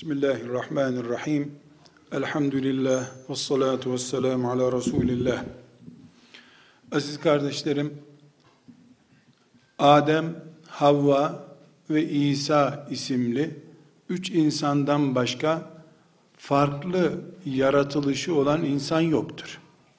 Bismillahirrahmanirrahim. Elhamdülillah ve salatu ve selamu ala Resulillah. Aziz kardeşlerim, Adem, Havva ve İsa isimli üç insandan başka farklı yaratılışı olan insan yoktur.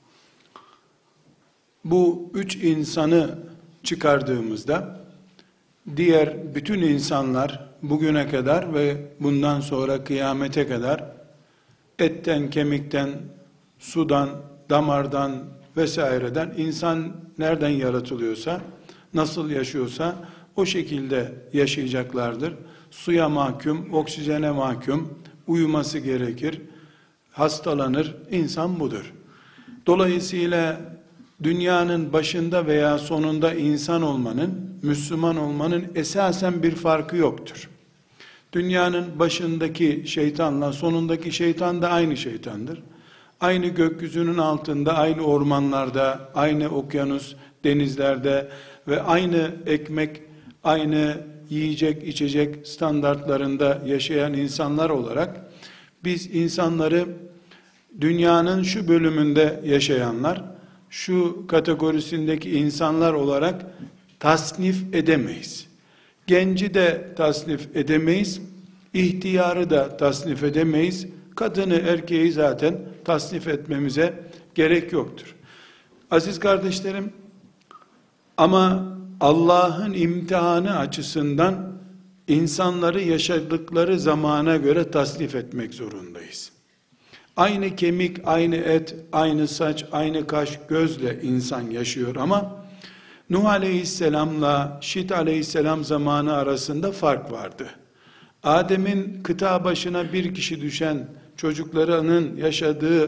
Bu üç insanı çıkardığımızda diğer bütün insanlar bugüne kadar ve bundan sonra kıyamete kadar etten, kemikten, sudan, damardan vesaireden insan nereden yaratılıyorsa, nasıl yaşıyorsa o şekilde yaşayacaklardır. Suya mahkum, oksijene mahkum, uyuması gerekir, hastalanır. İnsan budur. Dolayısıyla dünyanın başında veya sonunda insan olmanın, Müslüman olmanın esasen bir farkı yoktur. Dünyanın başındaki şeytanla sonundaki şeytan da aynı şeytandır. Aynı gökyüzünün altında, aynı ormanlarda, aynı okyanus, denizlerde ve aynı ekmek, aynı yiyecek, içecek standartlarında yaşayan insanlar olarak biz insanları dünyanın şu bölümünde yaşayanlar, şu kategorisindeki insanlar olarak tasnif edemeyiz. Genci de tasnif edemeyiz, ihtiyarı da tasnif edemeyiz, kadını erkeği zaten tasnif etmemize gerek yoktur. Aziz kardeşlerim, ama Allah'ın imtihanı açısından insanları yaşadıkları zamana göre tasnif etmek zorundayız. Aynı kemik, aynı et, aynı saç, aynı kaş, gözle insan yaşıyor ama Nuh Aleyhisselam'la Şit Aleyhisselam zamanı arasında fark vardı. Adem'in kıta başına bir kişi düşen çocuklarının yaşadığı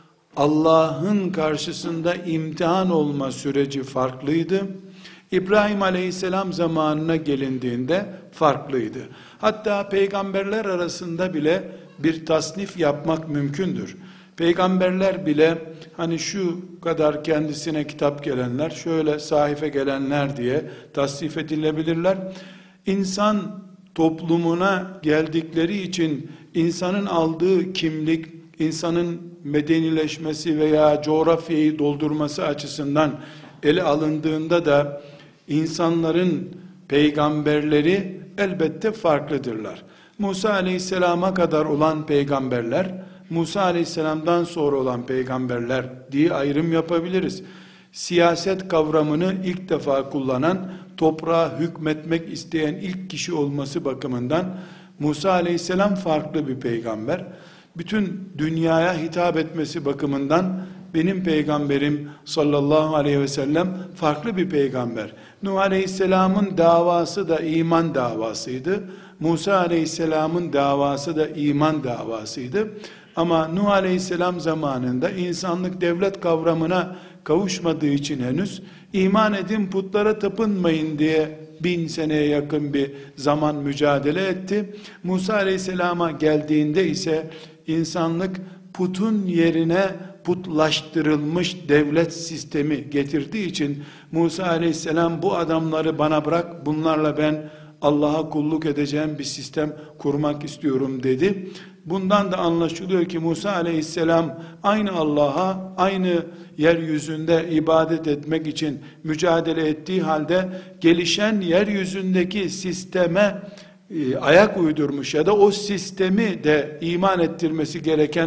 Allah'ın karşısında imtihan olma süreci farklıydı. İbrahim Aleyhisselam zamanına gelindiğinde farklıydı. Hatta peygamberler arasında bile bir tasnif yapmak mümkündür. Peygamberler bile hani şu kadar kendisine kitap gelenler, şöyle sahife gelenler diye tasnif edilebilirler. İnsan toplumuna geldikleri için insanın aldığı kimlik, insanın medenileşmesi veya coğrafyayı doldurması açısından ele alındığında da insanların peygamberleri elbette farklıdırlar. Musa Aleyhisselam'a kadar olan peygamberler, Musa Aleyhisselam'dan sonra olan peygamberler diye ayrım yapabiliriz. Siyaset kavramını ilk defa kullanan, toprağa hükmetmek isteyen ilk kişi olması bakımından Musa Aleyhisselam farklı bir peygamber. Bütün dünyaya hitap etmesi bakımından benim peygamberim sallallahu aleyhi ve sellem farklı bir peygamber. Nuh Aleyhisselam'ın davası da iman davasıydı. Musa Aleyhisselam'ın davası da iman davasıydı. Ama Nuh Aleyhisselam zamanında insanlık devlet kavramına kavuşmadığı için henüz iman edin putlara tapınmayın diye 1000 seneye yakın bir zaman mücadele etti. Musa Aleyhisselam'a geldiğinde ise insanlık putun yerine putlaştırılmış devlet sistemi getirdiği için Musa Aleyhisselam bu adamları bana bırak, bunlarla ben Allah'a kulluk edeceğim bir sistem kurmak istiyorum dedi. Bundan da anlaşılıyor ki Musa Aleyhisselam aynı Allah'a, aynı yeryüzünde ibadet etmek için mücadele ettiği halde gelişen yeryüzündeki sisteme ayak uydurmuş ya da o sistemi de iman ettirmesi gereken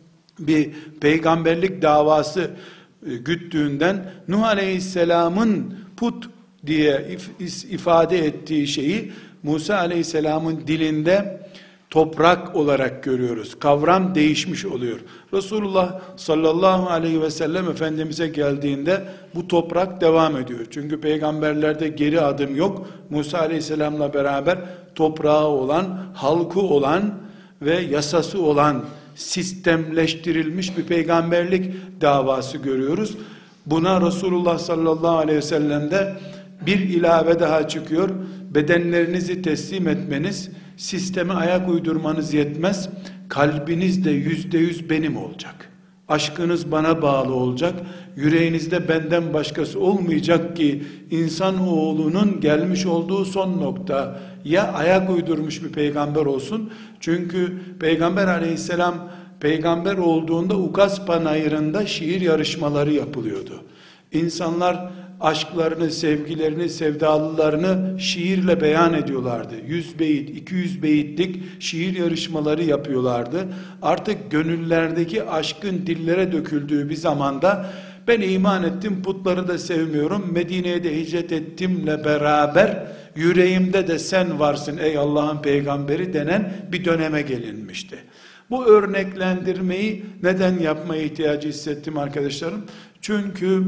bir peygamberlik davası güttüğünden Nuh Aleyhisselam'ın put diye ifade ettiği şeyi Musa Aleyhisselam'ın dilinde toprak olarak görüyoruz. Kavram değişmiş oluyor. Resulullah sallallahu aleyhi ve sellem Efendimiz'e geldiğinde bu toprak devam ediyor. Çünkü peygamberlerde geri adım yok. Musa Aleyhisselam'la beraber toprağı olan, halkı olan ve yasası olan sistemleştirilmiş bir peygamberlik davası görüyoruz. Buna Resulullah sallallahu aleyhi ve sellem'de bir ilave daha çıkıyor. Bedenlerinizi teslim etmeniz, sisteme ayak uydurmanız yetmez. Kalbiniz de %100 benim olacak. Aşkınız bana bağlı olacak. Yüreğinizde benden başkası olmayacak ki insan oğlunun gelmiş olduğu son nokta ya ayak uydurmuş bir peygamber olsun. Çünkü Peygamber aleyhisselam peygamber olduğunda Ukaz Panayırı'nda şiir yarışmaları yapılıyordu. İnsanlar aşklarını, sevgilerini, sevdalılarını şiirle beyan ediyorlardı. 100 beyit, 200 beyitlik şiir yarışmaları yapıyorlardı. Artık gönüllerdeki aşkın dillere döküldüğü bir zamanda ben iman ettim, putları da sevmiyorum, Medine'ye de hicret ettimle beraber yüreğimde de sen varsın ey Allah'ın peygamberi denen bir döneme gelinmişti. Bu örneklendirmeyi neden yapmaya ihtiyacı hissettim arkadaşlarım? Çünkü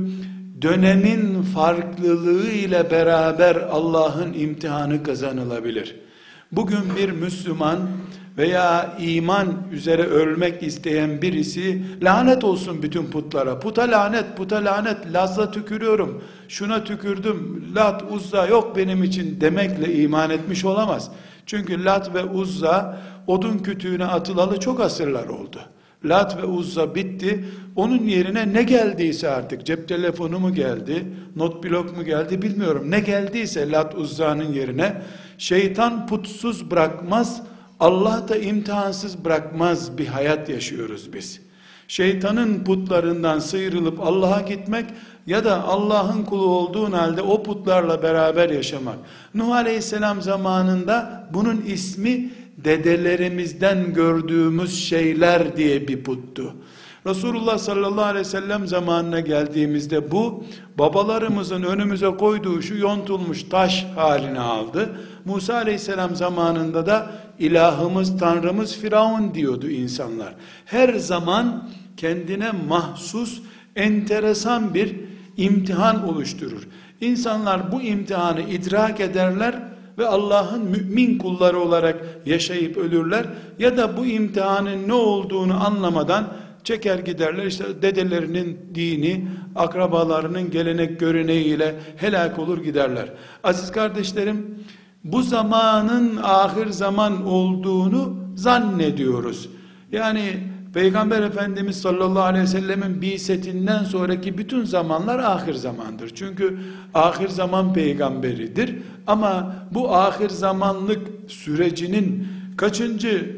dönemin farklılığı ile beraber Allah'ın imtihanı kazanılabilir. Bugün bir Müslüman veya iman üzere ölmek isteyen birisi lanet olsun bütün putlara, puta lanet, puta lanet, Laz'a tükürüyorum, şuna tükürdüm, Lat, Uzza yok benim için demekle iman etmiş olamaz. Çünkü Lat ve Uzza odun kütüğüne atılalı çok asırlar oldu. Lat ve Uzza bitti. Onun yerine ne geldiyse artık, cep telefonu mu geldi, not blok mu geldi bilmiyorum. Ne geldiyse Lat Uzza'nın yerine, şeytan putsuz bırakmaz, Allah da imtihansız bırakmaz bir hayat yaşıyoruz biz. Şeytanın putlarından sıyrılıp Allah'a gitmek ya da Allah'ın kulu olduğun halde o putlarla beraber yaşamak. Nuh Aleyhisselam zamanında bunun ismi dedelerimizden gördüğümüz şeyler diye bir puttu. Resulullah sallallahu aleyhi ve sellem zamanına geldiğimizde bu babalarımızın önümüze koyduğu şu yontulmuş taş halini aldı. Musa aleyhisselam zamanında da ilahımız, tanrımız Firavun diyordu insanlar. Her zaman kendine mahsus enteresan bir imtihan oluşturur. İnsanlar bu imtihanı idrak ederler ve Allah'ın mümin kulları olarak yaşayıp ölürler, ya da bu imtihanın ne olduğunu anlamadan çeker giderler. İşte dedelerinin dini, akrabalarının gelenek göreneğiyle helak olur giderler. Aziz kardeşlerim, bu zamanın ahir zaman olduğunu zannediyoruz. Yani Peygamber Efendimiz sallallahu aleyhi ve sellemin bi'setinden sonraki bütün zamanlar ahir zamandır. Çünkü ahir zaman peygamberidir. Ama bu ahir zamanlık sürecinin kaçıncı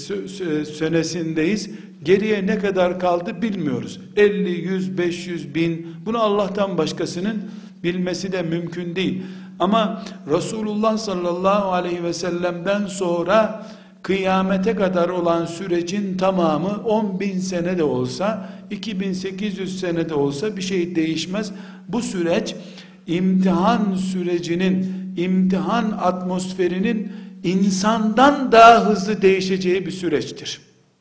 senesindeyiz? Geriye ne kadar kaldı bilmiyoruz. 50, 100, 500, 1000, bunu Allah'tan başkasının bilmesi de mümkün değil. Ama Resulullah sallallahu aleyhi ve sellem'den sonra kıyamete kadar olan sürecin tamamı 10.000 sene de olsa, 2800 sene de olsa bir şey değişmez. Bu süreç imtihan sürecinin, imtihan atmosferinin insandan daha hızlı değişeceği bir süreçtir.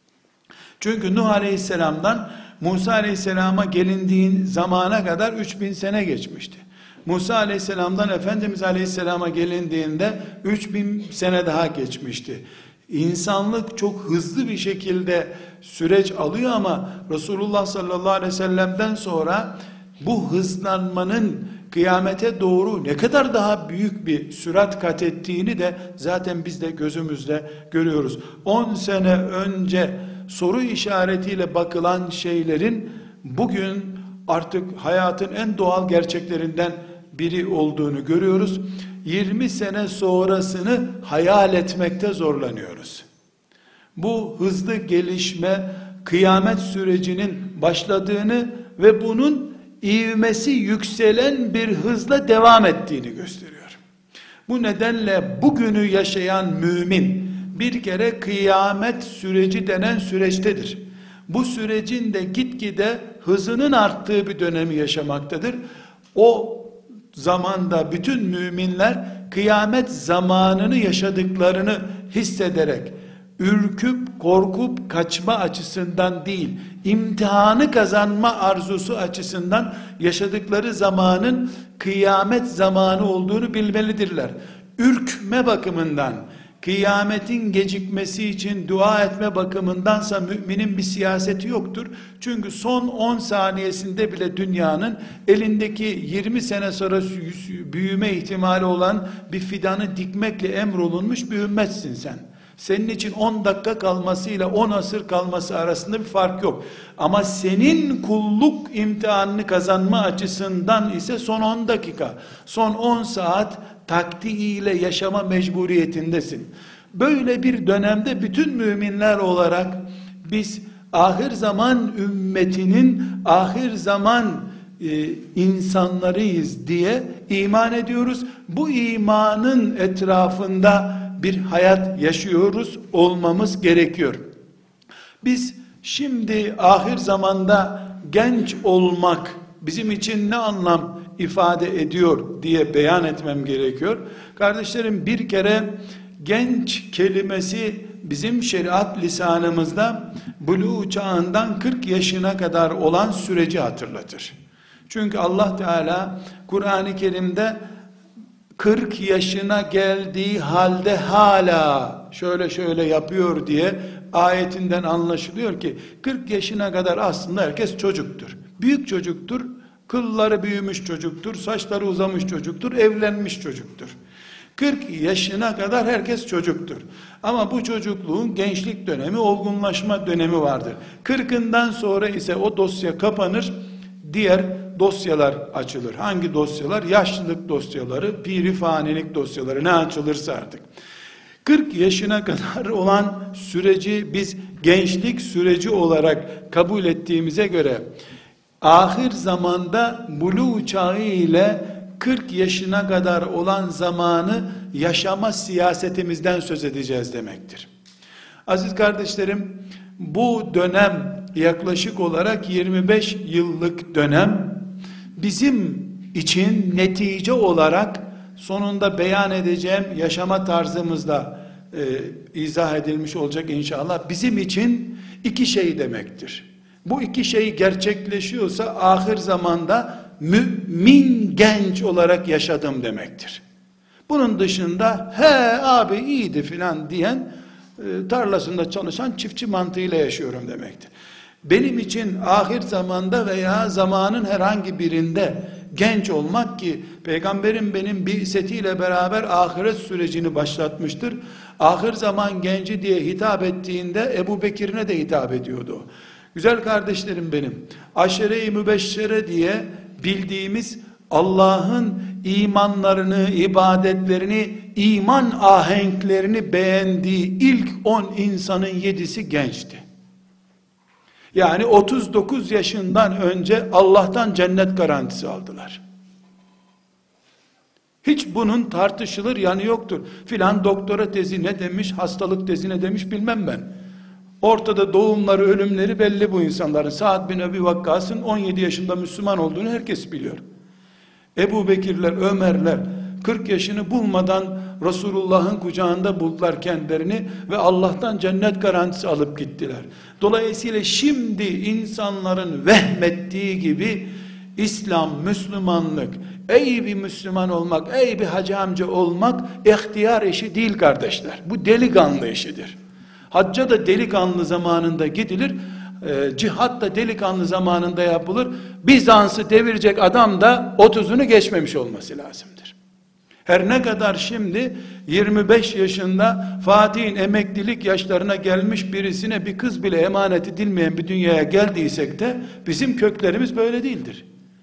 Çünkü Nuh Aleyhisselam'dan Musa Aleyhisselam'a gelindiğin zamana kadar 3000 sene geçmişti. Musa Aleyhisselam'dan Efendimiz Aleyhisselam'a gelindiğinde 3000 sene daha geçmişti. İnsanlık çok hızlı bir şekilde süreç alıyor ama Resulullah sallallahu aleyhi ve sellem'den sonra bu hızlanmanın kıyamete doğru ne kadar daha büyük bir sürat kat ettiğini de zaten biz de gözümüzle görüyoruz. 10 sene önce soru işaretiyle bakılan şeylerin bugün artık hayatın en doğal gerçeklerinden biri olduğunu görüyoruz. 20 sene sonrasını hayal etmekte zorlanıyoruz. Bu hızlı gelişme kıyamet sürecinin başladığını ve bunun ivmesi yükselen bir hızla devam ettiğini gösteriyor. Bu nedenle bugünü yaşayan mümin bir kere kıyamet süreci denen süreçtedir. Bu sürecin de gitgide hızının arttığı bir dönemi yaşamaktadır. O zamanda bütün müminler kıyamet zamanını yaşadıklarını hissederek, ürküp korkup kaçma açısından değil, imtihanı kazanma arzusu açısından yaşadıkları zamanın kıyamet zamanı olduğunu bilmelidirler. Ürkme bakımından, kıyametin gecikmesi için dua etme bakımındansa müminin bir siyaseti yoktur. Çünkü son 10 saniyesinde bile dünyanın elindeki 20 sene sonra büyüme ihtimali olan bir fidanı dikmekle emrolunmuş bir ümmetsin sen. Senin için 10 dakika kalmasıyla 10 asır kalması arasında bir fark yok. Ama senin kulluk imtihanını kazanma açısından ise son 10 dakika, son 10 saat taktiğiyle yaşama mecburiyetindesin. Böyle bir dönemde bütün müminler olarak biz ahir zaman ümmetinin ahir zaman insanlarıyız diye iman ediyoruz. Bu imanın etrafında bir hayat yaşıyoruz olmamız gerekiyor. Biz şimdi ahir zamanda genç olmak bizim için ne anlam ifade ediyor diye beyan etmem gerekiyor. Kardeşlerim, bir kere genç kelimesi bizim şeriat lisanımızda buluğ çağından 40 yaşına kadar olan süreci hatırlatır. Çünkü Allah Teala Kur'an-ı Kerim'de 40 yaşına geldiği halde hala şöyle yapıyor diye ayetinden anlaşılıyor ki 40 yaşına kadar aslında herkes çocuktur. Büyük çocuktur, kılları büyümüş çocuktur, saçları uzamış çocuktur, evlenmiş çocuktur. 40 yaşına kadar herkes çocuktur. Ama bu çocukluğun gençlik dönemi, olgunlaşma dönemi vardır. 40'ından sonra ise o dosya kapanır, diğer dosyalar açılır. Hangi dosyalar? Yaşlılık dosyaları, pirifanilik dosyaları, ne açılırsa artık. 40 yaşına kadar olan süreci biz gençlik süreci olarak kabul ettiğimize göre ahir zamanda buluğ çağı ile 40 yaşına kadar olan zamanı yaşama siyasetimizden söz edeceğiz demektir. Aziz kardeşlerim, bu dönem yaklaşık olarak 25 yıllık dönem bizim için netice olarak sonunda beyan edeceğim yaşama tarzımızda izah edilmiş olacak inşallah. Bizim için iki şey demektir. Bu iki şey gerçekleşiyorsa ahir zamanda mümin genç olarak yaşadım demektir. Bunun dışında he abi iyiydi filan diyen tarlasında çalışan çiftçi mantığıyla yaşıyorum demektir. Benim için ahir zamanda veya zamanın herhangi birinde genç olmak, ki peygamberim benim bi'setiyle beraber ahiret sürecini başlatmıştır. Ahir zaman genci diye hitap ettiğinde Ebu Bekir'ine de hitap ediyordu. Güzel kardeşlerim benim, aşere-i mübeşşere diye bildiğimiz Allah'ın imanlarını, ibadetlerini, iman ahenklerini beğendiği ilk 10 insanın 7'si gençti. Yani 39 yaşından önce Allah'tan cennet garantisi aldılar. Hiç bunun tartışılır yanı yoktur. Filan doktora tezi ne demiş, hastalık tezi ne demiş bilmem ben. Ortada doğumları, ölümleri belli bu insanların. Sa'd bin Ebi Vakkas'ın 17 yaşında Müslüman olduğunu herkes biliyor. Ebu Bekirler, Ömerler 40 yaşını bulmadan Resulullah'ın kucağında buldular kendilerini ve Allah'tan cennet garantisi alıp gittiler. Dolayısıyla şimdi insanların vehmettiği gibi İslam, Müslümanlık, ey bir Müslüman olmak, ey bir hacı amca olmak ihtiyar işi değil kardeşler. Bu delikanlı işidir. Hacca da delikanlı zamanında gidilir, cihat da delikanlı zamanında yapılır. Bizans'ı devirecek adam da 30'unu geçmemiş olması lazımdır. Her ne kadar şimdi 25 yaşında Fatih'in emeklilik yaşlarına gelmiş birisine bir kız bile emanet edilmeyen bir dünyaya geldiysek de bizim köklerimiz böyle değildir.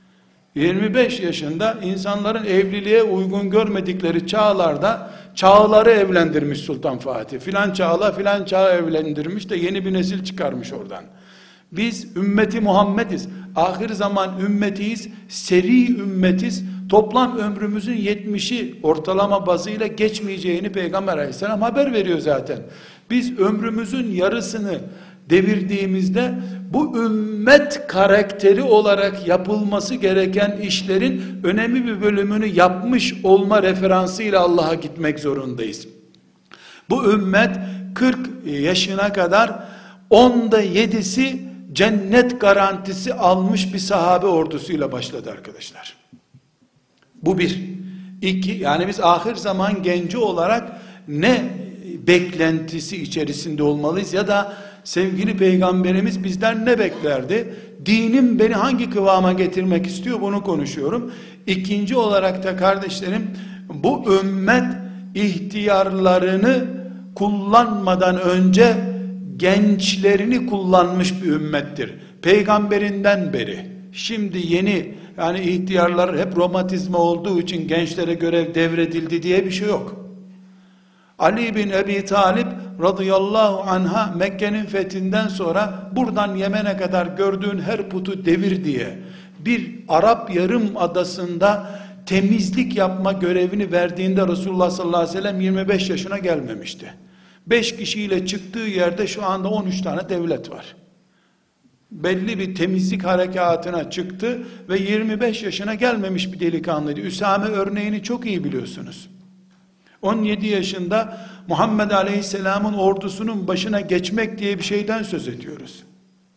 25 yaşında insanların evliliğe uygun görmedikleri çağlarda çağları evlendirmiş Sultan Fatih. Filan çağla filan çağı evlendirmiş de yeni bir nesil çıkarmış oradan. Biz ümmeti Muhammediz. Ahir zaman ümmetiyiz. Seri ümmetiz. Toplam ömrümüzün 70'i ortalama bazıyla geçmeyeceğini Peygamber Aleyhisselam haber veriyor zaten. Biz ömrümüzün yarısını devirdiğimizde bu ümmet karakteri olarak yapılması gereken işlerin önemli bir bölümünü yapmış olma referansıyla Allah'a gitmek zorundayız. Bu ümmet 40 yaşına kadar 10'da 7'si cennet garantisi almış bir sahabe ordusuyla başladı arkadaşlar. Bu bir. İki, yani biz ahir zaman genci olarak ne beklentisi içerisinde olmalıyız ya da sevgili peygamberimiz bizden ne beklerdi? Dinim beni hangi kıvama getirmek istiyor, bunu konuşuyorum. İkinci olarak da kardeşlerim, bu ümmet ihtiyarlarını kullanmadan önce gençlerini kullanmış bir ümmettir. Peygamberinden beri, şimdi yeni Yani ihtiyarlar hep romatizma olduğu için gençlere görev devredildi diye bir şey yok. Ali bin Ebi Talib radıyallahu anha Mekke'nin fethinden sonra buradan Yemen'e kadar gördüğün her putu devir diye bir Arap yarım adasında temizlik yapma görevini verdiğinde Resulullah sallallahu aleyhi ve sellem 25 yaşına gelmemişti. 5 kişiyle çıktığı yerde şu anda 13 tane devlet var. Belli bir temizlik harekatına çıktı ve 25 yaşına gelmemiş bir delikanlıydı. Üsame örneğini çok iyi biliyorsunuz. 17 yaşında Muhammed Aleyhisselam'ın ordusunun başına geçmek diye bir şeyden söz ediyoruz.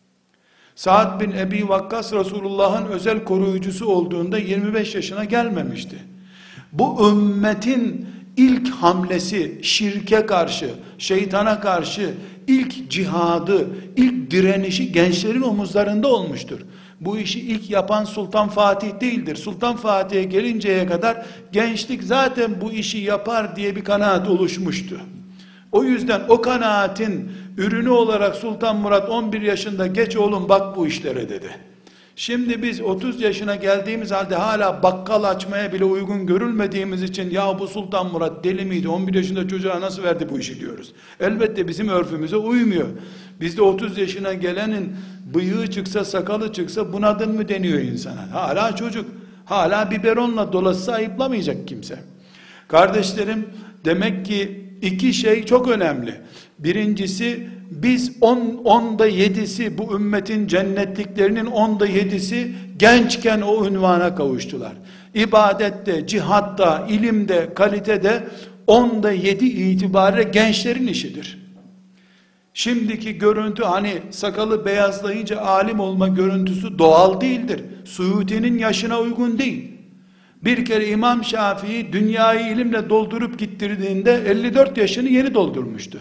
Sa'd bin Ebi Vakkas Resulullah'ın özel koruyucusu olduğunda 25 yaşına gelmemişti. Bu ümmetin ilk hamlesi şirke karşı, şeytana karşı ilk cihadı, ilk direnişi gençlerin omuzlarında olmuştur. Bu işi ilk yapan Sultan Fatih değildir. Sultan Fatih'e gelinceye kadar gençlik zaten bu işi yapar diye bir kanaat oluşmuştu. O yüzden o kanaatin ürünü olarak Sultan Murat 11 yaşında geç oğlum bak bu işlere dedi. Şimdi biz 30 yaşına geldiğimiz halde hala bakkal açmaya bile uygun görülmediğimiz için ya bu Sultan Murat deli miydi 11 yaşında çocuğa nasıl verdi bu işi diyoruz. Elbette bizim örfümüze uymuyor. Bizde 30 yaşına gelenin bıyığı çıksa sakalı çıksa bunadın mı deniyor insana. Hala çocuk, hala biberonla dolaşsa ayıplamayacak kimse. Kardeşlerim, demek ki iki şey çok önemli. Birincisi, biz 10'da 7'si bu ümmetin cennetliklerinin 10'da 7'si gençken o ünvana kavuştular. İbadette, cihatta, ilimde, kalitede 10'da 7 itibariyle gençlerin işidir. Şimdiki görüntü hani sakalı beyazlayınca alim olma görüntüsü doğal değildir. Suyuti'nin yaşına uygun değil. Bir kere İmam Şafii dünyayı ilimle doldurup gittirdiğinde 54 yaşını yeni doldurmuştu.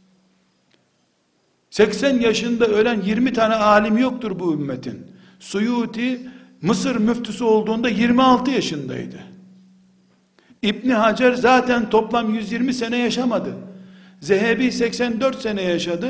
80 yaşında ölen 20 tane alim yoktur bu ümmetin. Suyuti Mısır müftüsü olduğunda 26 yaşındaydı. İbni Hacer zaten toplam 120 sene yaşamadı. Zehebi 84 sene yaşadı.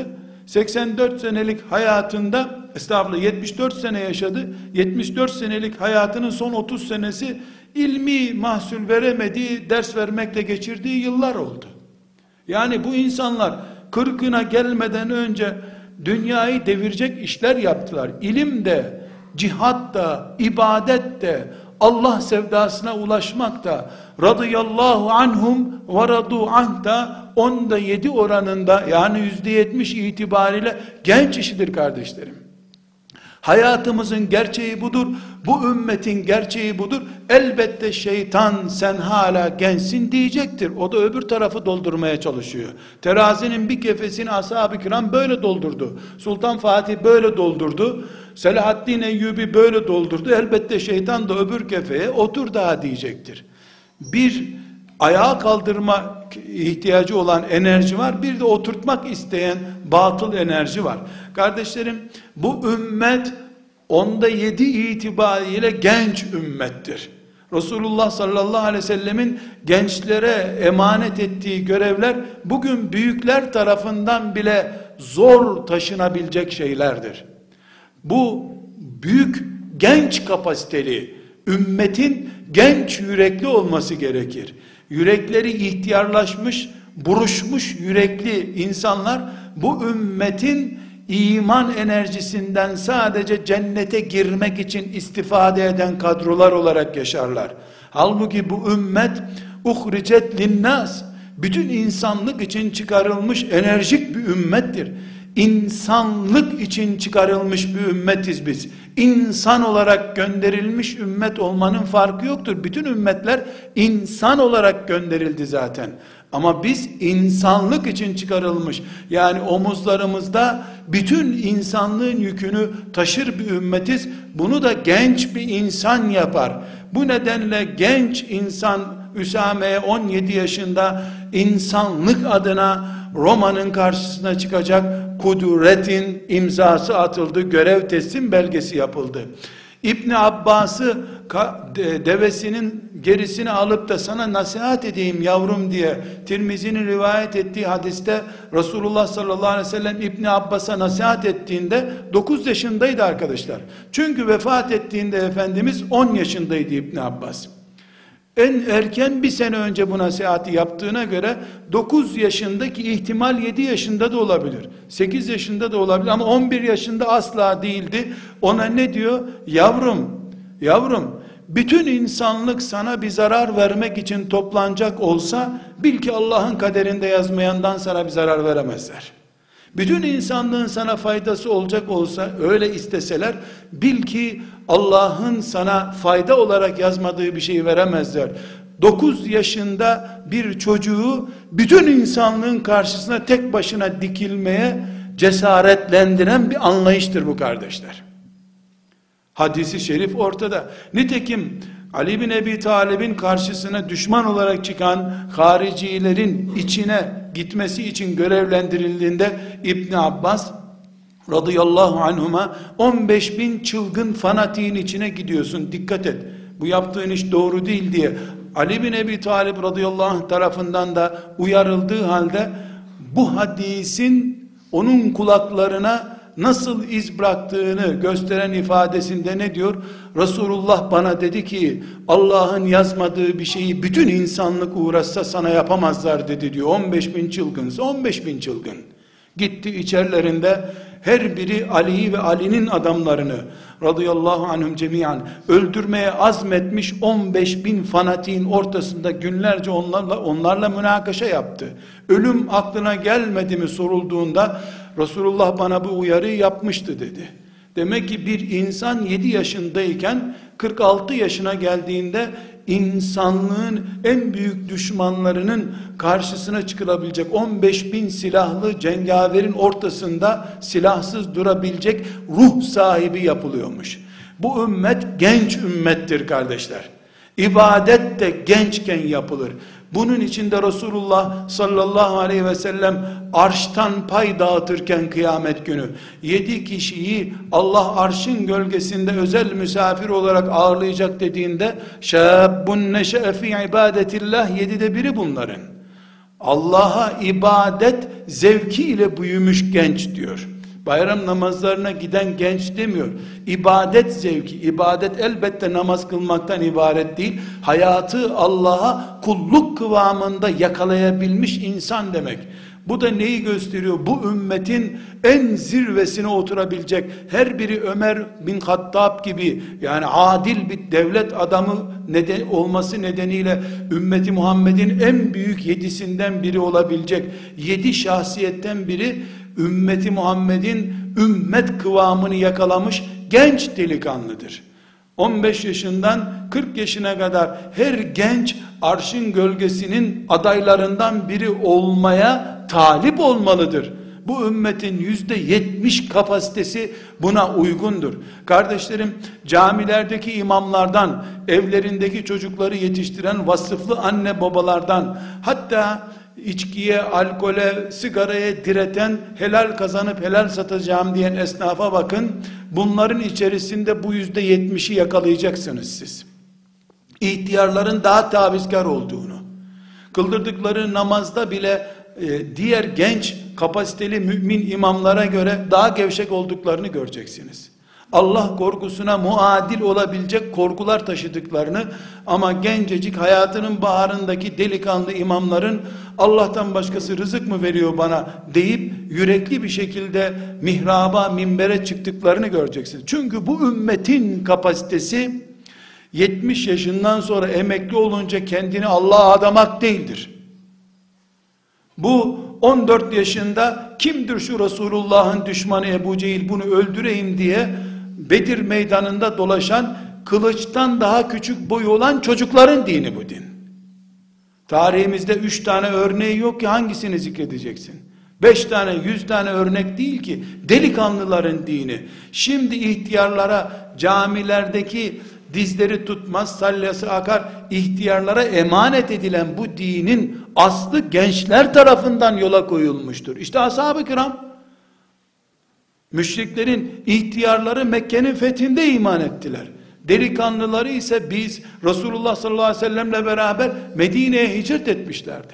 84 senelik hayatında, estağfurullah 74 sene yaşadı. 74 senelik hayatının son 30 senesi ilmi mahsul veremediği, ders vermekle geçirdiği yıllar oldu. Yani bu insanlar 40'ına gelmeden önce dünyayı devirecek işler yaptılar. İlim de, cihat da, ibadet de, Allah sevdasına ulaşmak da, radıyallahu anhum ve radu anh da 10'da 7 oranında, yani %70 itibariyle genç işidir kardeşlerim. Hayatımızın gerçeği budur. Bu ümmetin gerçeği budur. Elbette şeytan sen hala gençsin diyecektir. O da öbür tarafı doldurmaya çalışıyor. Terazinin bir kefesini ashab-ı kiram böyle doldurdu. Sultan Fatih böyle doldurdu. Selahaddin Eyyubi böyle doldurdu. Elbette şeytan da öbür kefeye otur daha diyecektir. Bir ayağa kaldırma ihtiyacı olan enerji var. Bir de oturtmak isteyen batıl enerji var. Kardeşlerim, bu ümmet 10'da 7 itibariyle genç ümmettir. Resulullah sallallahu aleyhi ve sellemin gençlere emanet ettiği görevler bugün büyükler tarafından bile zor taşınabilecek şeylerdir. Bu büyük genç kapasiteli ümmetin genç yürekli olması gerekir. Yürekleri ihtiyarlaşmış, buruşmuş yürekli insanlar bu ümmetin iman enerjisinden sadece cennete girmek için istifade eden kadrolar olarak yaşarlar. Halbuki bu ümmet uhricet linnas, bütün insanlık için çıkarılmış enerjik bir ümmettir. İnsanlık için çıkarılmış bir ümmetiz biz. İnsan olarak gönderilmiş ümmet olmanın farkı yoktur. Bütün ümmetler insan olarak gönderildi zaten. Ama biz insanlık için çıkarılmış, yani omuzlarımızda bütün insanlığın yükünü taşır bir ümmetiz. Bunu da genç bir insan yapar. Bu nedenle genç insan Üsame'ye 17 yaşında insanlık adına Roma'nın karşısına çıkacak kudretin imzası atıldı, görev teslim belgesi yapıldı. İbni Abbas'ı devesinin gerisini alıp da sana nasihat edeyim yavrum diye Tirmizi'nin rivayet ettiği hadiste Resulullah sallallahu aleyhi ve sellem İbni Abbas'a nasihat ettiğinde 9 yaşındaydı arkadaşlar. Çünkü vefat ettiğinde Efendimiz 10 yaşındaydı İbni Abbas. En erken bir sene önce bu nasihati yaptığına göre 9 yaşındaki ihtimal 7 yaşında da olabilir. 8 yaşında da olabilir ama 11 yaşında asla değildi. Ona ne diyor? Yavrum, bütün insanlık sana bir zarar vermek için toplanacak olsa bil ki Allah'ın kaderinde yazmayandan sana bir zarar veremezler. Bütün insanlığın sana faydası olacak olsa, öyle isteseler, bil ki Allah'ın sana fayda olarak yazmadığı bir şeyi veremezler. 9 yaşında bir çocuğu bütün insanlığın karşısına tek başına dikilmeye cesaretlendiren bir anlayıştır bu kardeşler. Hadisi şerif ortada. Nitekim Ali bin Ebi Talib'in karşısına düşman olarak çıkan haricilerin içine gitmesi için görevlendirildiğinde İbn Abbas radıyallahu anhuma 15 bin çılgın fanatiğin içine gidiyorsun, dikkat et, bu yaptığın iş doğru değil diye Ali bin Ebi Talib radıyallahu anh tarafından da uyarıldığı halde bu hadisin onun kulaklarına nasıl iz bıraktığını gösteren ifadesinde ne diyor? Resulullah bana dedi ki Allah'ın yazmadığı bir şeyi bütün insanlık uğraşsa sana yapamazlar dedi diyor. 15 bin çılgınsa 15 bin çılgın. Gitti içerilerinde her biri Ali'yi ve Ali'nin adamlarını radıyallahu anhum cemiyan öldürmeye azmetmiş 15 bin fanatiğin ortasında günlerce onlarla münakaşa yaptı. Ölüm aklına gelmedi mi sorulduğunda Resulullah bana bu uyarıyı yapmıştı dedi. Demek ki bir insan 7 yaşındayken 46 yaşına geldiğinde insanlığın en büyük düşmanlarının karşısına çıkılabilecek 15 bin silahlı cengaverin ortasında silahsız durabilecek ruh sahibi yapılıyormuş. Bu ümmet genç ümmettir kardeşler. İbadet de gençken yapılır. Bunun içinde Resulullah sallallahu aleyhi ve sellem arştan pay dağıtırken kıyamet günü 7 kişiyi Allah arşın gölgesinde özel misafir olarak ağırlayacak dediğinde şâbbun neşe'e fî ibâdetillah 7'de biri bunların. Allah'a ibadet zevki ile büyümüş genç diyor. Bayram namazlarına giden genç demiyor. İbadet zevki, ibadet elbette namaz kılmaktan ibaret değil. Hayatı Allah'a kulluk kıvamında yakalayabilmiş insan demek. Bu da neyi gösteriyor? Bu ümmetin en zirvesine oturabilecek her biri Ömer bin Hattab gibi yani adil bir devlet adamı olması nedeniyle ümmeti Muhammed'in en büyük 7'sinden biri olabilecek 7 şahsiyetten biri ümmeti Muhammed'in ümmet kıvamını yakalamış genç delikanlıdır. 15 yaşından 40 yaşına kadar her genç arşın gölgesinin adaylarından biri olmaya talip olmalıdır. Bu ümmetin %70 kapasitesi buna uygundur. Kardeşlerim, camilerdeki imamlardan, evlerindeki çocukları yetiştiren vasıflı anne babalardan, hatta içkiye, alkole, sigaraya direten, helal kazanıp helal satacağım diyen esnafa bakın. Bunların içerisinde bu %70'i yakalayacaksınız siz. İhtiyarların daha tavizkar olduğunu, kıldırdıkları namazda bile diğer genç kapasiteli mümin imamlara göre daha gevşek olduklarını göreceksiniz. Allah korkusuna muadil olabilecek korkular taşıdıklarını, ama gencecik hayatının baharındaki delikanlı imamların Allah'tan başkası rızık mı veriyor bana deyip yürekli bir şekilde mihraba, minbere çıktıklarını göreceksiniz. Çünkü bu ümmetin kapasitesi 70 yaşından sonra emekli olunca kendini Allah'a adamak değildir. Bu 14 yaşında kimdir şu Resulullah'ın düşmanı Ebu Cehil, bunu öldüreyim diye Bedir meydanında dolaşan, kılıçtan daha küçük boyu olan çocukların dini bu din. Tarihimizde 3 tane örneği yok ki hangisini zikredeceksin? 5 tane, 100 tane örnek değil ki. Delikanlıların dini. Şimdi ihtiyarlara, camilerdeki dizleri tutmaz, salyası akar, ihtiyarlara emanet edilen bu dinin aslı gençler tarafından yola koyulmuştur. İşte ashab-ı kiram, müşriklerin ihtiyarları Mekke'nin fethinde iman ettiler. Delikanlıları ise biz Resulullah sallallahu aleyhi ve sellemle beraber Medine'ye hicret etmişlerdi.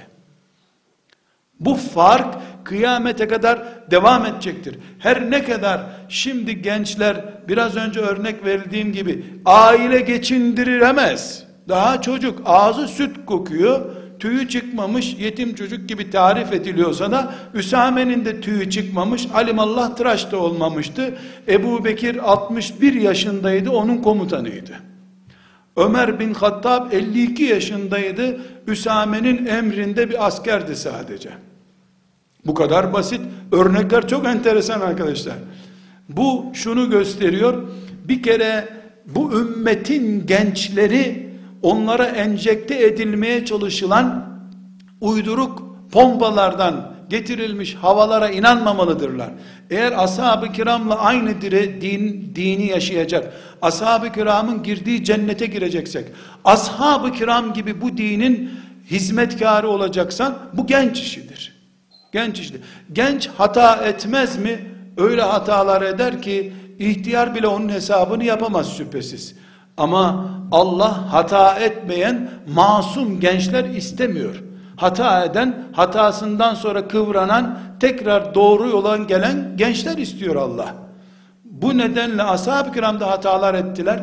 Bu fark kıyamete kadar devam edecektir. Her ne kadar şimdi gençler, biraz önce örnek verdiğim gibi, aile geçindiremez, daha çocuk, ağzı süt kokuyor, tüyü çıkmamış yetim çocuk gibi tarif ediliyorsa da, Üsame'nin de tüyü çıkmamış, alimallah tıraş da olmamıştı. Ebu Bekir 61 yaşındaydı, onun komutanıydı. Ömer bin Hattab 52 yaşındaydı, Üsame'nin emrinde bir askerdi sadece. Bu kadar basit. Örnekler çok enteresan arkadaşlar. Bu şunu gösteriyor, bir kere bu ümmetin gençleri, onlara enjekte edilmeye çalışılan uyduruk pompalardan getirilmiş havalara inanmamalıdırlar. Eğer ashab-ı kiramla aynı dini yaşayacak, ashab-ı kiramın girdiği cennete gireceksek, ashab-ı kiram gibi bu dinin hizmetkarı olacaksan, bu genç işidir. Genç işidir. Genç hata etmez mi? Öyle hatalar eder ki ihtiyar bile onun hesabını yapamaz şüphesiz. Ama Allah hata etmeyen masum gençler istemiyor. Hata eden, hatasından sonra kıvranan, tekrar doğru yola gelen gençler istiyor Allah. Bu nedenle ashab-ı kiram da hatalar ettiler.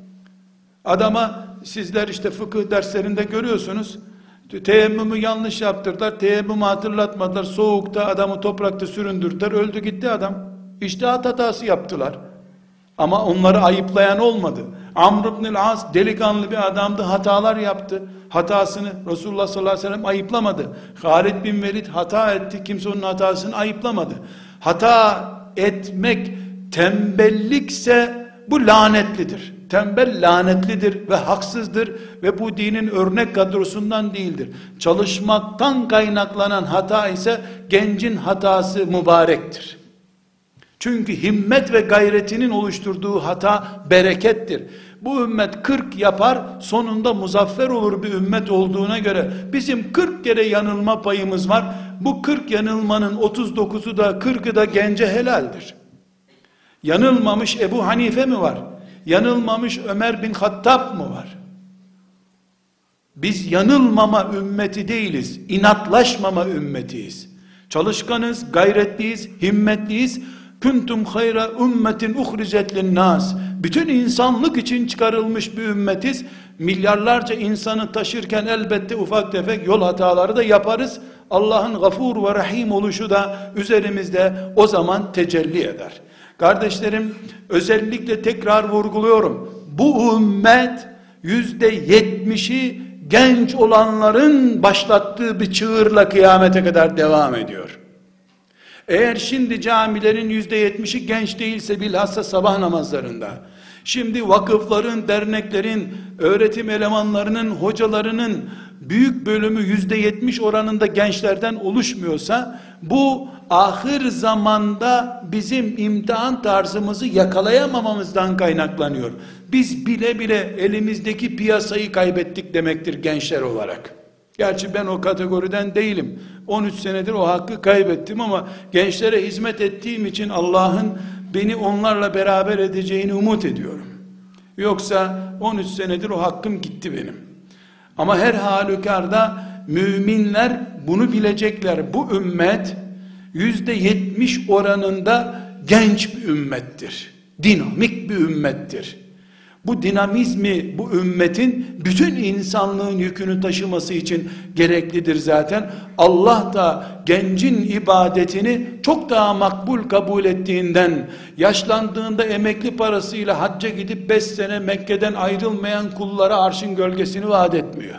Adama, sizler işte fıkıh derslerinde görüyorsunuz, teyemmümü yanlış yaptırdılar, teyemmümü hatırlatmadılar, soğukta adamı toprakta süründürdüler, öldü gitti adam. İçtihat hatası yaptılar. Ama onları ayıplayan olmadı. Amr ibn As delikanlı bir adamdı, hatalar yaptı. Hatasını Resulullah sallallahu aleyhi ve sellem ayıplamadı. Halid bin Velid hata etti, kimse onun hatasını ayıplamadı. Hata etmek tembellikse bu lanetlidir. Tembel lanetlidir ve haksızdır ve bu dinin örnek kadrosundan değildir. Çalışmaktan kaynaklanan hata ise gencin hatası mübarektir. Çünkü himmet ve gayretinin oluşturduğu hata berekettir. Bu ümmet 40 yapar, sonunda muzaffer olur bir ümmet olduğuna göre bizim 40 kere yanılma payımız var. Bu 40 yanılmanın 39'u da 40'ı da gence helaldir. Yanılmamış Ebu Hanife mi var? Yanılmamış Ömer bin Hattab mı var? Biz yanılmama ümmeti değiliz, inatlaşmama ümmetiyiz. Çalışkanız, gayretliyiz, himmetliyiz. Kuntum hayra ümmetin uhricet linnas. Bütün insanlık için çıkarılmış bir ümmetiz. Milyarlarca insanı taşırken elbette ufak tefek yol hataları da yaparız. Allah'ın gafur ve rahim oluşu da üzerimizde o zaman tecelli eder. Kardeşlerim, özellikle tekrar vurguluyorum. Bu ümmet %70'i genç olanların başlattığı bir çığırla kıyamete kadar devam ediyor. Eğer şimdi camilerin %70'i genç değilse, bilhassa sabah namazlarında, şimdi vakıfların, derneklerin, öğretim elemanlarının, hocalarının büyük bölümü %70 oranında gençlerden oluşmuyorsa, bu ahir zamanda bizim imtihan tarzımızı yakalayamamamızdan kaynaklanıyor. Biz bile bile elimizdeki piyasayı kaybettik demektir gençler olarak. Gerçi ben o kategoriden değilim. 13 senedir o hakkı kaybettim ama gençlere hizmet ettiğim için Allah'ın beni onlarla beraber edeceğini umut ediyorum. Yoksa 13 senedir o hakkım gitti benim. Ama her halükarda müminler bunu bilecekler. Bu ümmet %70 oranında genç bir ümmettir. Dinamik bir ümmettir. Bu dinamizmi bu ümmetin bütün insanlığın yükünü taşıması için gereklidir zaten. Allah da gencin ibadetini çok daha makbul kabul ettiğinden, yaşlandığında emekli parasıyla hacca gidip 5 sene Mekke'den ayrılmayan kullara arşın gölgesini vaat etmiyor.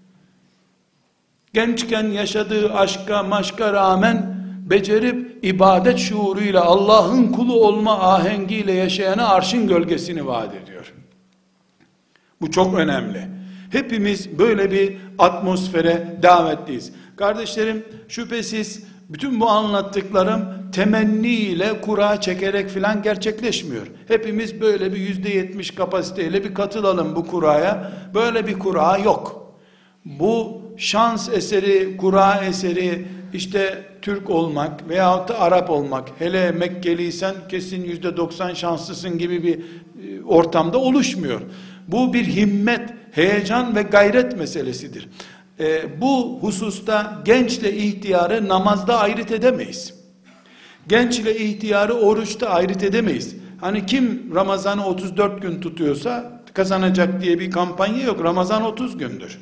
Gençken yaşadığı aşka maşka rağmen becerip ibadet şuuruyla Allah'ın kulu olma ahengiyle yaşayana arşın gölgesini vaat ediyor. Bu çok önemli. Hepimiz böyle bir atmosfere davetliyiz. Kardeşlerim, şüphesiz bütün bu anlattıklarım temenniyle, kura çekerek filan gerçekleşmiyor. Hepimiz böyle bir %70 kapasiteyle bir katılalım bu kuraya. Böyle bir kura yok. Bu şans eseri, kura eseri, işte Türk olmak veyahut da Arap olmak, hele Mekkeliysen kesin %90 şanslısın gibi bir ortamda oluşmuyor. Bu bir himmet, heyecan ve gayret meselesidir. Bu hususta gençle ihtiyarı namazda ayırt edemeyiz. Gençle ihtiyarı oruçta ayırt edemeyiz. Hani kim Ramazan'ı 34 gün tutuyorsa kazanacak diye bir kampanya yok. Ramazan 30 gündür.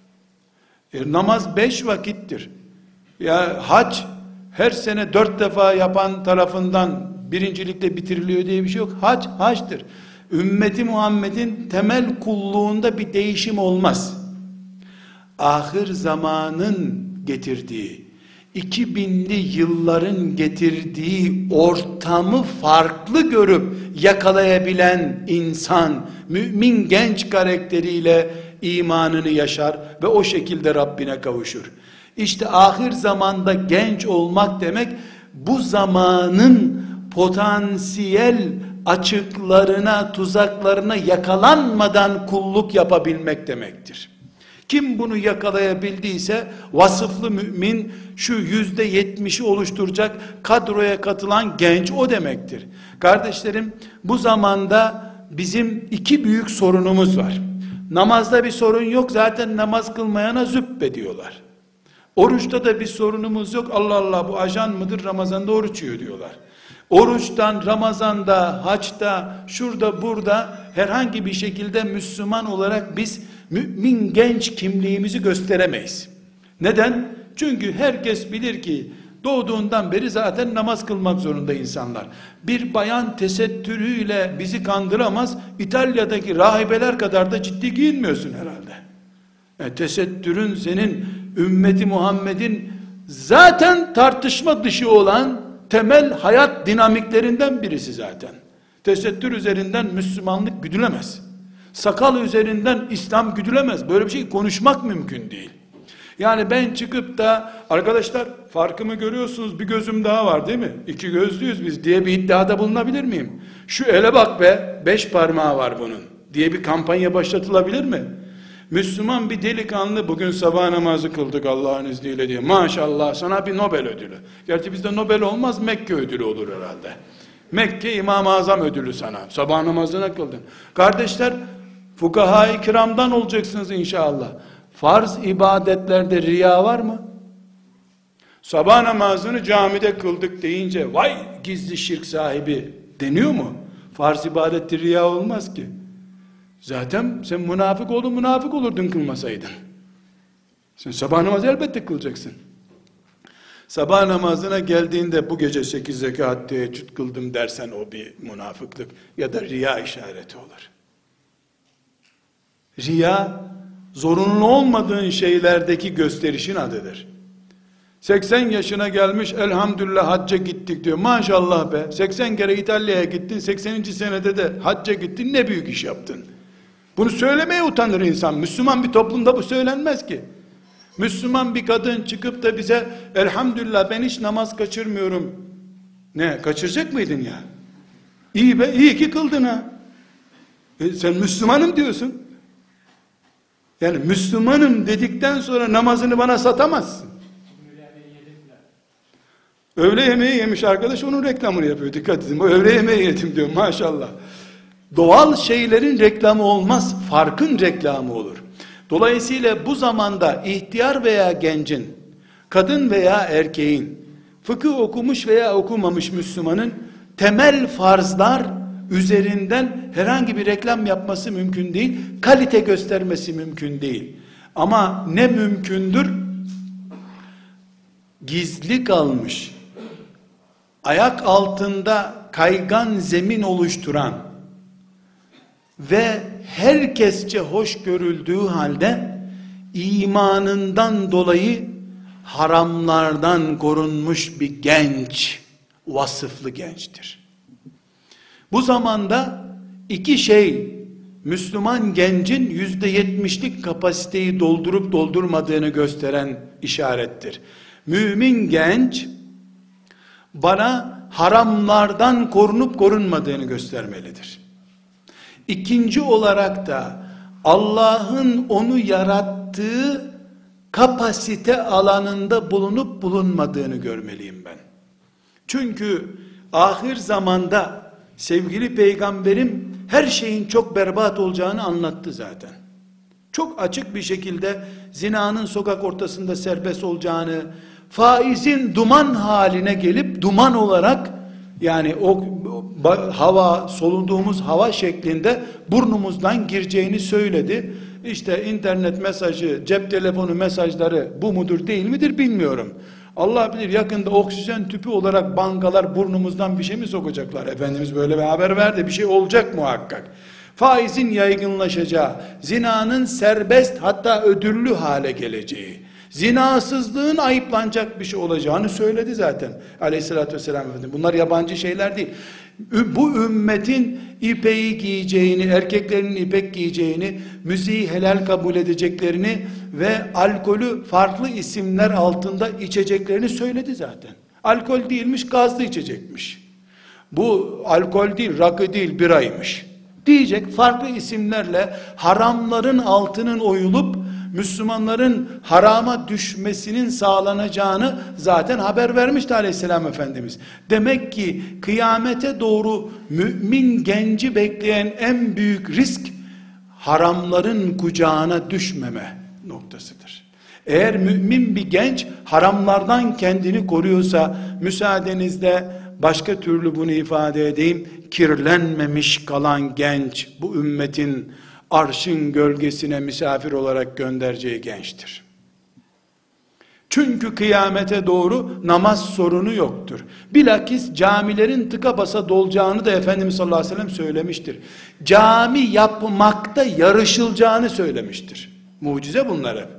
Namaz 5 vakittir. Ya hac her sene 4 defa yapan tarafından birincilikle bitiriliyor diye bir şey yok. Hac haçtır. Ümmeti Muhammed'in temel kulluğunda bir değişim olmaz. Ahir zamanın getirdiği, 2000'li yılların getirdiği ortamı farklı görüp yakalayabilen insan, mümin genç karakteriyle imanını yaşar ve o şekilde Rabbine kavuşur. İşte ahir zamanda genç olmak demek, bu zamanın potansiyel açıklarına, tuzaklarına yakalanmadan kulluk yapabilmek demektir. Kim bunu yakalayabildiyse vasıflı mümin, şu %70'i oluşturacak kadroya katılan genç o demektir. Kardeşlerim, bu zamanda bizim iki büyük sorunumuz var. Namazda bir sorun yok, zaten namaz kılmayana züppe diyorlar. Oruçta da bir sorunumuz yok, Allah Allah bu ajan mıdır, Ramazan'da oruç yiyor diyorlar. Oruçtan, Ramazan'da, haçta, şurada burada herhangi bir şekilde Müslüman olarak biz mümin genç kimliğimizi gösteremeyiz. Neden? Çünkü herkes bilir ki doğduğundan beri zaten namaz kılmak zorunda insanlar. Bir bayan tesettürüyle bizi kandıramaz. İtalya'daki rahibeler kadar da ciddi giyinmiyorsun herhalde. Tesettürün senin ümmeti Muhammed'in zaten tartışma dışı olan temel hayat dinamiklerinden birisi zaten. Tesettür üzerinden Müslümanlık güdülemez. Sakal üzerinden İslam güdülemez. Böyle bir şey konuşmak mümkün değil. Yani ben çıkıp da arkadaşlar farkımı görüyorsunuz, bir gözüm daha var değil mi? İki gözlüyüz biz diye bir iddiada bulunabilir miyim? Şu ele bak be, 5 parmağı var bunun diye bir kampanya başlatılabilir mi? Müslüman bir delikanlı bugün sabah namazı kıldık Allah'ın izniyle diye. Maşallah sana bir Nobel ödülü. Gerçi bizde Nobel olmaz, Mekke ödülü olur herhalde. Mekke İmam-ı Azam ödülü sana. Sabah namazına kıldın. Kardeşler, fukaha-i kiramdan olacaksınız inşallah. Farz ibadetlerde riya var mı? Sabah namazını camide kıldık deyince vay gizli şirk sahibi deniyor mu? Farz ibadette riya olmaz ki. Zaten sen münafık olurdun kılmasaydın. Sen sabah namazı elbette kılacaksın. Sabah namazına geldiğinde bu gece 8 rekat teheccüd kıldım dersen o bir münafıklık ya da riya işareti olur. Riya zorunlu olmadığın şeylerdeki gösterişin adıdır. 80 yaşına gelmiş elhamdülillah hacca gittik diyor. Maşallah be 80 kere İtalya'ya gittin, 80. senede de hacca gittin, ne büyük iş yaptın. Bunu söylemeye utanır insan. Müslüman bir toplumda bu söylenmez ki. Müslüman bir kadın çıkıp da bize elhamdülillah ben hiç namaz kaçırmıyorum. Ne kaçıracak mıydın ya? İyi be, iyi ki kıldın ha. Sen Müslümanım diyorsun. Yani Müslümanım dedikten sonra namazını bana satamazsın. Öğle yemeği yemiş arkadaş, onun reklamını yapıyor, dikkat edin. Bu öğle yemeği yedim diyor maşallah. Doğal şeylerin reklamı olmaz, farkın reklamı olur. Dolayısıyla bu zamanda ihtiyar veya gencin, kadın veya erkeğin, fıkıh okumuş veya okumamış Müslümanın temel farzlar üzerinden herhangi bir reklam yapması mümkün değil, kalite göstermesi mümkün değil. Ama ne mümkündür? Gizli kalmış, ayak altında kaygan zemin oluşturan ve herkesçe hoş görüldüğü halde imanından dolayı haramlardan korunmuş bir genç, vasıflı gençtir. Bu zamanda iki şey Müslüman gencin %70'lik kapasiteyi doldurup doldurmadığını gösteren işarettir. Mümin genç bana haramlardan korunup korunmadığını göstermelidir. İkinci olarak da Allah'ın onu yarattığı kapasite alanında bulunup bulunmadığını görmeliyim ben. Çünkü ahir zamanda sevgili peygamberim her şeyin çok berbat olacağını anlattı zaten. Çok açık bir şekilde zinanın sokak ortasında serbest olacağını, faizin duman haline gelip duman olarak, yani o hava, soluduğumuz hava şeklinde burnumuzdan gireceğini söyledi. İşte internet mesajı, cep telefonu mesajları bu mudur değil midir bilmiyorum. Allah bilir, yakında oksijen tüpü olarak bankalar burnumuzdan bir şey mi sokacaklar? Efendimiz böyle bir haber verdi, bir şey olacak muhakkak. Faizin yaygınlaşacağı, zinanın serbest hatta ödüllü hale geleceği, zinasızlığın ayıplanacak bir şey olacağını söyledi zaten aleyhissalatü vesselam Efendimiz. Bunlar yabancı şeyler değil. Bu ümmetin ipeği giyeceğini, erkeklerin ipek giyeceğini, müziği helal kabul edeceklerini ve alkolü farklı isimler altında içeceklerini söyledi zaten. Alkol değilmiş, gazlı içecekmiş. Bu alkol değil, rakı değil, biraymış diyecek, farklı isimlerle haramların altının oyulup Müslümanların harama düşmesinin sağlanacağını zaten haber vermişti aleyhisselam Efendimiz. Demek ki kıyamete doğru mümin genci bekleyen en büyük risk haramların kucağına düşmeme noktasıdır. Eğer mümin bir genç haramlardan kendini koruyorsa, müsaadenizle başka türlü bunu ifade edeyim, kirlenmemiş kalan genç bu ümmetin arşın gölgesine misafir olarak göndereceği gençtir. Çünkü kıyamete doğru namaz sorunu yoktur. Bilakis camilerin tıka basa dolacağını da Efendimiz sallallahu aleyhi ve sellem söylemiştir. Cami yapmakta yarışılacağını söylemiştir. Mucize bunlar hep.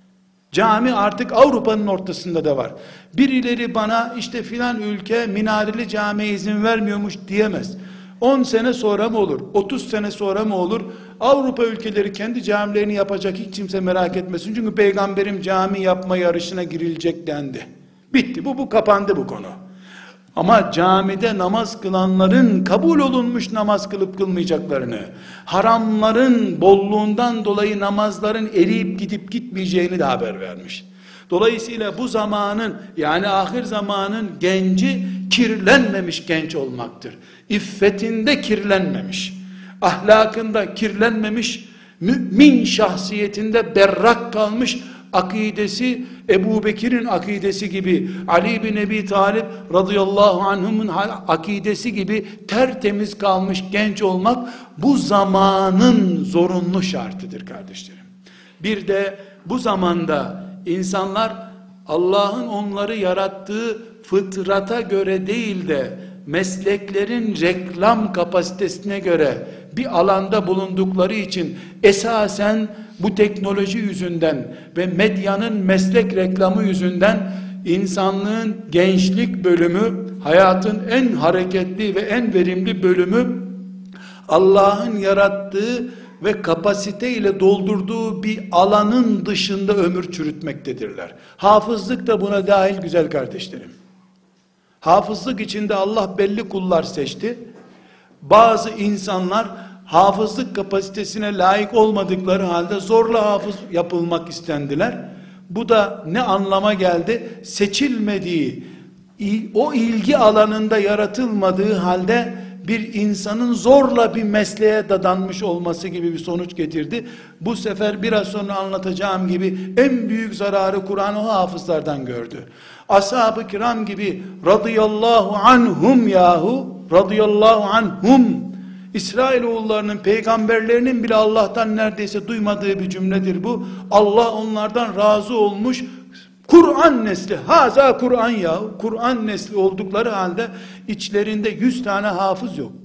Cami artık Avrupa'nın ortasında da var. Birileri bana işte filan ülke minareli camiye izin vermiyormuş diyemez. 10 sene sonra mı olur? 30 sene sonra mı olur? Avrupa ülkeleri kendi camilerini yapacak, hiç kimse merak etmesin. Çünkü peygamberim cami yapma yarışına girilecek dendi. Bitti. Bu kapandı bu konu. Ama camide namaz kılanların kabul olunmuş namaz kılıp kılmayacaklarını, haramların bolluğundan dolayı namazların eriyip gidip gitmeyeceğini de haber vermiş. Dolayısıyla bu zamanın, yani ahir zamanın genci kirlenmemiş genç olmaktır. İffetinde kirlenmemiş, ahlakında kirlenmemiş, mümin şahsiyetinde berrak kalmış, akidesi Ebu Bekir'in akidesi gibi, Ali bin Ebi Talib radıyallahu anhumun akidesi gibi tertemiz kalmış genç olmak bu zamanın zorunlu şartıdır kardeşlerim. Bir de bu zamanda insanlar Allah'ın onları yarattığı fıtrata göre değil de mesleklerin reklam kapasitesine göre bir alanda bulundukları için esasen bu teknoloji yüzünden ve medyanın meslek reklamı yüzünden insanlığın gençlik bölümü, hayatın en hareketli ve en verimli bölümü Allah'ın yarattığı ve kapasite ile doldurduğu bir alanın dışında ömür çürütmektedirler. Hafızlık da buna dahil güzel kardeşlerim. Hafızlık içinde Allah belli kullar seçti. Bazı insanlar hafızlık kapasitesine layık olmadıkları halde zorla hafız yapılmak istendiler. Bu da ne anlama geldi? Seçilmediği, o ilgi alanında yaratılmadığı halde bir insanın zorla bir mesleğe dadanmış olması gibi bir sonuç getirdi. Bu sefer biraz sonra anlatacağım gibi en büyük zararı Kur'an o hafızlardan gördü. Ashab-ı kiram gibi radıyallahu anhum radıyallahu anhum, İsrailoğullarının peygamberlerinin bile Allah'tan neredeyse duymadığı bir cümledir bu. Allah onlardan razı olmuş. Kur'an nesli, haza Kur'an Kur'an nesli oldukları halde içlerinde 100 tane hafız yoktu.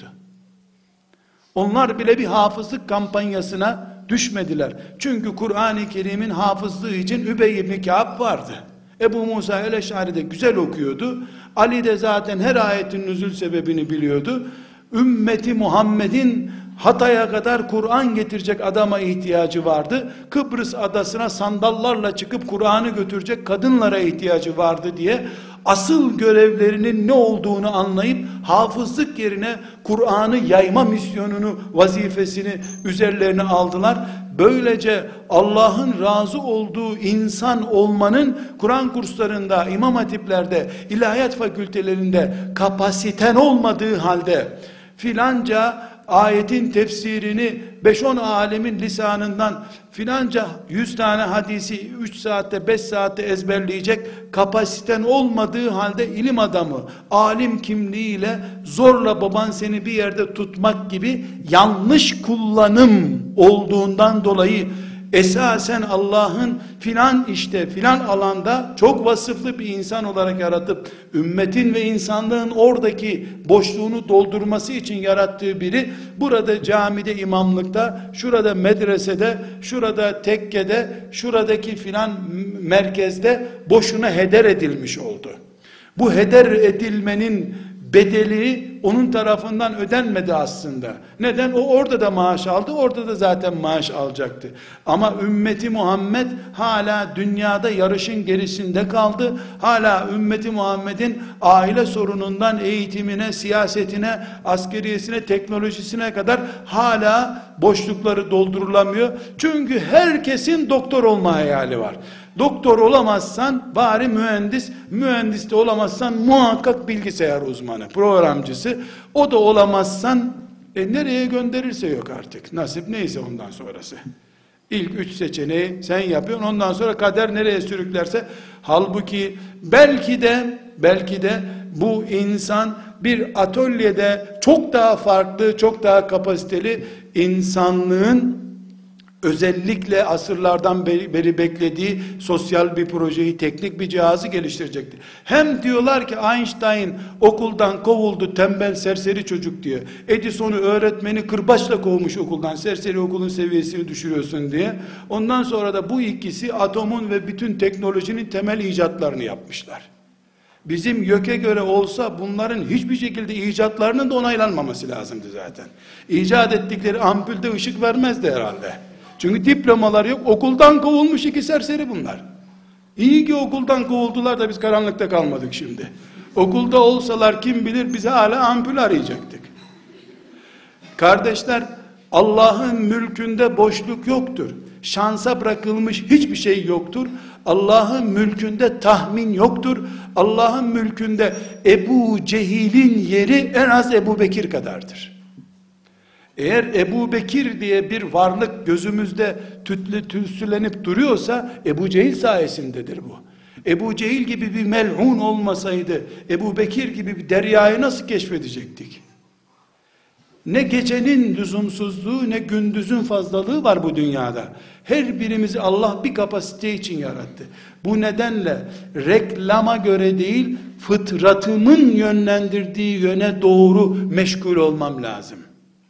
Onlar bile bir hafızlık kampanyasına düşmediler. Çünkü Kur'an-ı Kerim'in hafızlığı için Übey ibn Kâb vardı. Ebu Musa el-Eş'ari de güzel okuyordu. Ali de zaten her ayetin nüzul sebebini biliyordu. Ümmeti Muhammed'in Hatay'a kadar Kur'an getirecek adama ihtiyacı vardı. Kıbrıs adasına sandallarla çıkıp Kur'an'ı götürecek kadınlara ihtiyacı vardı diye asıl görevlerinin ne olduğunu anlayıp hafızlık yerine Kur'an'ı yayma misyonunu, vazifesini üzerlerine aldılar. Böylece Allah'ın razı olduğu insan olmanın Kur'an kurslarında, imam hatiplerde, ilahiyat fakültelerinde kapasiten olmadığı halde filanca ayetin tefsirini 5-10 alemin lisanından, filanca 100 tane hadisi 3 saatte 5 saatte ezberleyecek kapasiten olmadığı halde ilim adamı, alim kimliğiyle zorla baban seni bir yerde tutmak gibi yanlış kullanım olduğundan dolayı esasen Allah'ın filan işte filan alanda çok vasıflı bir insan olarak yaratıp ümmetin ve insanlığın oradaki boşluğunu doldurması için yarattığı biri burada camide imamlıkta, şurada medresede, şurada tekkede, şuradaki filan merkezde boşuna heder edilmiş oldu. Bu heder edilmenin bedeli onun tarafından ödenmedi aslında. Neden? O orada da maaş aldı, orada da zaten maaş alacaktı. Ama ümmeti Muhammed hala dünyada yarışın gerisinde kaldı. Hala ümmeti Muhammed'in aile sorunundan eğitimine, siyasetine, askeriyesine, teknolojisine kadar hala boşlukları doldurulamıyor. Çünkü herkesin doktor olma hayali var. Doktor olamazsan bari mühendis, mühendis de olamazsan muhakkak bilgisayar uzmanı, programcısı. O da olamazsan nereye gönderirse yok artık. Nasip neyse ondan sonrası. İlk 3 seçeneği sen yapıyorsun, ondan sonra kader nereye sürüklerse. Halbuki belki de bu insan bir atölyede çok daha farklı, çok daha kapasiteli insanlığın özellikle asırlardan beri beklediği sosyal bir projeyi, teknik bir cihazı geliştirecekti. Hem diyorlar ki Einstein okuldan kovuldu, tembel serseri çocuk diyor. Edison'u öğretmeni kırbaçla kovmuş okuldan, serseri okulun seviyesini düşürüyorsun diye. Ondan sonra da bu ikisi atomun ve bütün teknolojinin temel icatlarını yapmışlar. Bizim YÖK'e göre olsa bunların hiçbir şekilde icatlarının da onaylanmaması lazımdı zaten. İcat ettikleri ampulde ışık vermezdi herhalde. Çünkü diplomalar yok. Okuldan kovulmuş 2 serseri bunlar. İyi ki okuldan kovuldular da biz karanlıkta kalmadık şimdi. Okulda olsalar kim bilir bize hala ampul arayacaktık. Kardeşler, Allah'ın mülkünde boşluk yoktur. Şansa bırakılmış hiçbir şey yoktur. Allah'ın mülkünde tahmin yoktur. Allah'ın mülkünde Ebu Cehil'in yeri en az Ebu Bekir kadardır. Eğer Ebu Bekir diye bir varlık gözümüzde tütsülenip duruyorsa Ebu Cehil sayesindedir bu. Ebu Cehil gibi bir mel'un olmasaydı Ebu Bekir gibi bir deryayı nasıl keşfedecektik? Ne gecenin lüzumsuzluğu ne gündüzün fazlalığı var bu dünyada. Her birimizi Allah bir kapasite için yarattı. Bu nedenle reklama göre değil, fıtratımın yönlendirdiği yöne doğru meşgul olmam lazım.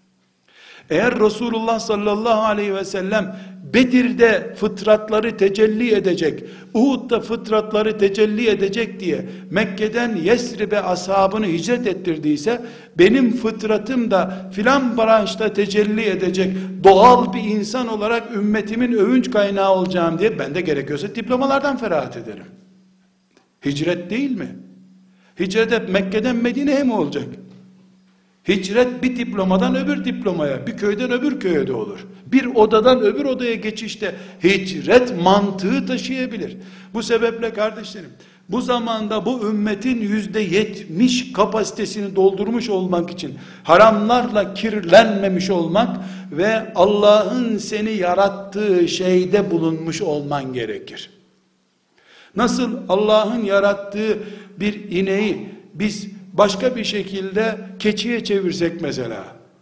Eğer Resulullah sallallahu aleyhi ve sellem Bedir'de fıtratları tecelli edecek, Uhud'da fıtratları tecelli edecek diye Mekke'den Yesrib'e ashabını hicret ettirdiyse, benim fıtratım da filan branşta tecelli edecek doğal bir insan olarak ümmetimin övünç kaynağı olacağım diye ben de gerekiyorsa diplomalardan ferahat ederim. Hicret değil mi? Hicret hep Mekke'den Medine'ye mi olacak? Hicret bir diplomadan öbür diplomaya, bir köyden öbür köye de olur. Bir odadan öbür odaya geçişte hicret mantığı taşıyabilir. Bu sebeple kardeşlerim, bu zamanda bu ümmetin %70 kapasitesini doldurmuş olmak için haramlarla kirlenmemiş olmak ve Allah'ın seni yarattığı şeyde bulunmuş olman gerekir. Nasıl Allah'ın yarattığı bir ineği biz başka bir şekilde keçiye çevirsek mesela,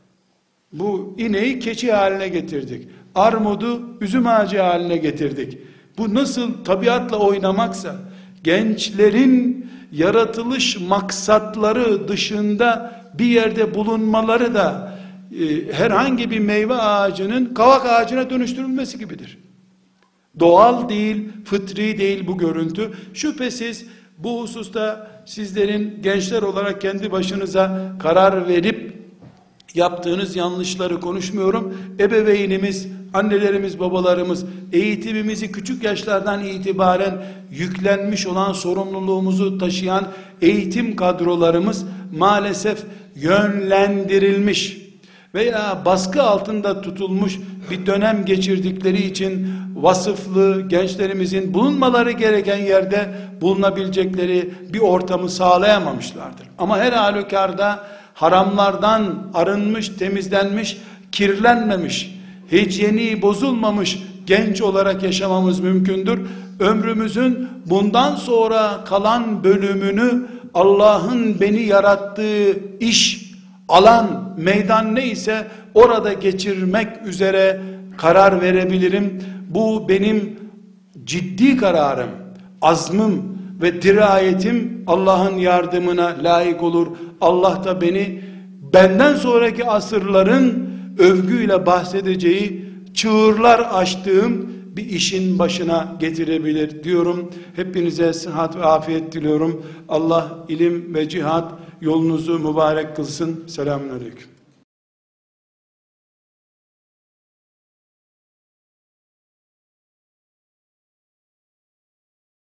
bu ineği keçi haline getirdik, armudu üzüm ağacı haline getirdik. Bu nasıl tabiatla oynamaksa, gençlerin yaratılış maksatları dışında bir yerde bulunmaları da herhangi bir meyve ağacının kavak ağacına dönüştürülmesi gibidir. Doğal değil, fıtri değil bu görüntü. Şüphesiz bu hususta sizlerin gençler olarak kendi başınıza karar verip yaptığınız yanlışları konuşmuyorum. Ebeveynimiz, annelerimiz, babalarımız eğitimimizi küçük yaşlardan itibaren yüklenmiş olan sorumluluğumuzu taşıyan eğitim kadrolarımız maalesef yönlendirilmiş veya baskı altında tutulmuş bir dönem geçirdikleri için vasıflı gençlerimizin bulunmaları gereken yerde bulunabilecekleri bir ortamı sağlayamamışlardır. Ama her halükarda haramlardan arınmış, temizlenmiş, kirlenmemiş, hijyeni bozulmamış genç olarak yaşamamız mümkündür. Ömrümüzün bundan sonra kalan bölümünü Allah'ın beni yarattığı iş, alan, meydan neyse orada geçirmek üzere karar verebilirim. Bu benim ciddi kararım, azmım ve dirayetim Allah'ın yardımına layık olur. Allah da beni benden sonraki asırların övgüyle bahsedeceği, çığırlar açtığım bir işin başına getirebilir diyorum. Hepinize sıhhat ve afiyet diliyorum. Allah ilim ve cihat yolunuzu mübarek kılsın. Selamun aleyküm.